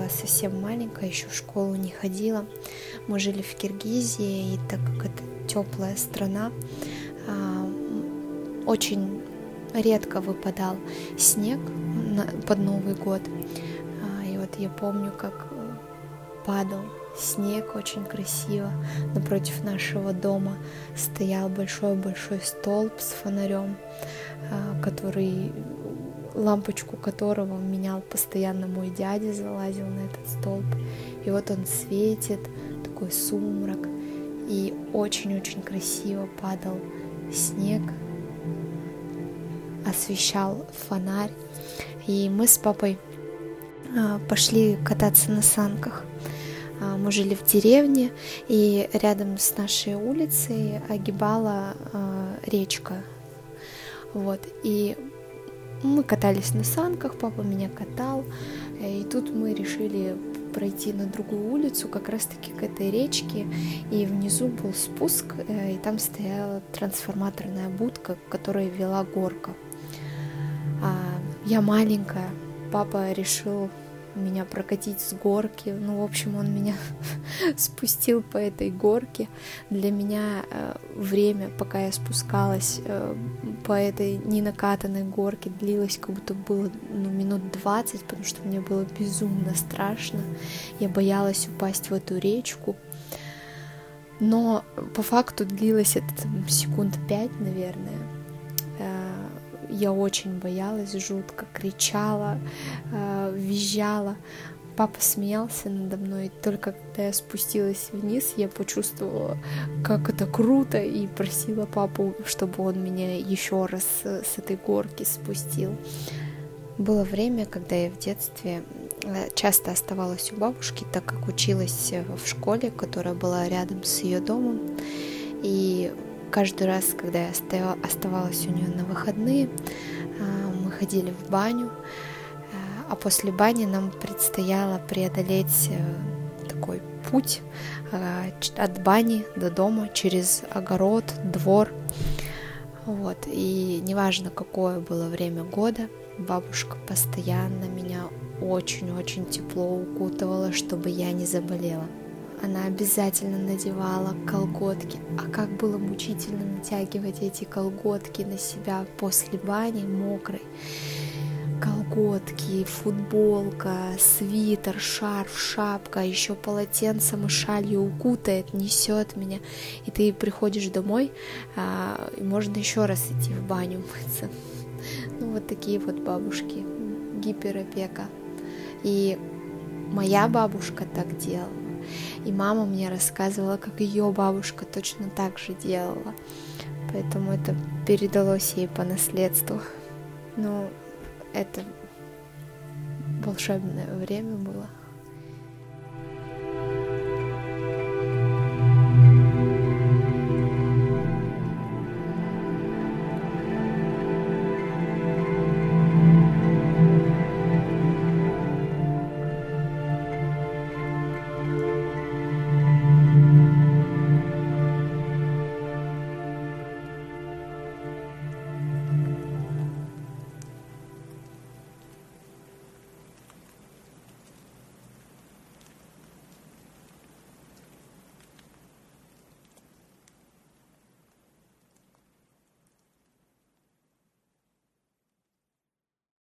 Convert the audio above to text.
была совсем маленькая, еще в школу не ходила. Мы жили в Киргизии, и так как это теплая страна, очень редко выпадал снег под Новый год. И вот я помню, как падал снег очень красиво. Напротив нашего дома стоял большой-большой столб с фонарем, лампочку которого менял постоянно мой дядя, залазил на этот столб. И вот он светит, такой сумрак, и очень-очень красиво падал снег, освещал фонарь. И мы с папой пошли кататься на санках. Мы жили в деревне, и рядом с нашей улицей огибала речка. Вот. И мы катались на санках, папа меня катал. И тут мы решили пройти на другую улицу, как раз-таки к этой речке. И внизу был спуск, и там стояла трансформаторная будка, к которой вела горка. Я маленькая, папа решил меня прокатить с горки. В общем, он меня спустил по этой горке. Для меня время, пока я спускалась по этой ненакатанной горке, длилось как будто было минут 20, потому что мне было безумно страшно. Я боялась упасть в эту речку. Но по факту длилось это секунд 5, наверное. Я очень боялась, жутко кричала, визжала. Папа смеялся надо мной. И только когда я спустилась вниз, я почувствовала, как это круто, и просила папу, чтобы он меня еще раз с этой горки спустил. Было время, когда я в детстве часто оставалась у бабушки, так как училась в школе, которая была рядом с ее домом. И каждый раз, когда я оставалась у нее на выходные, мы ходили в баню, а после бани нам предстояло преодолеть такой путь от бани до дома через огород, двор. Вот. И неважно, какое было время года, бабушка постоянно меня очень-очень тепло укутывала, чтобы я не заболела. Она обязательно надевала колготки. А как было мучительно натягивать эти колготки на себя после бани мокрой. Колготки, футболка, свитер, шарф, шапка, еще полотенцем и шалью укутает, несет меня. И ты приходишь домой, и можно еще раз идти в баню мыться. Вот такие вот бабушки, гиперопека. И моя бабушка так делала. И мама мне рассказывала, как ее бабушка точно так же делала. Поэтому это передалось ей по наследству. Это волшебное время было.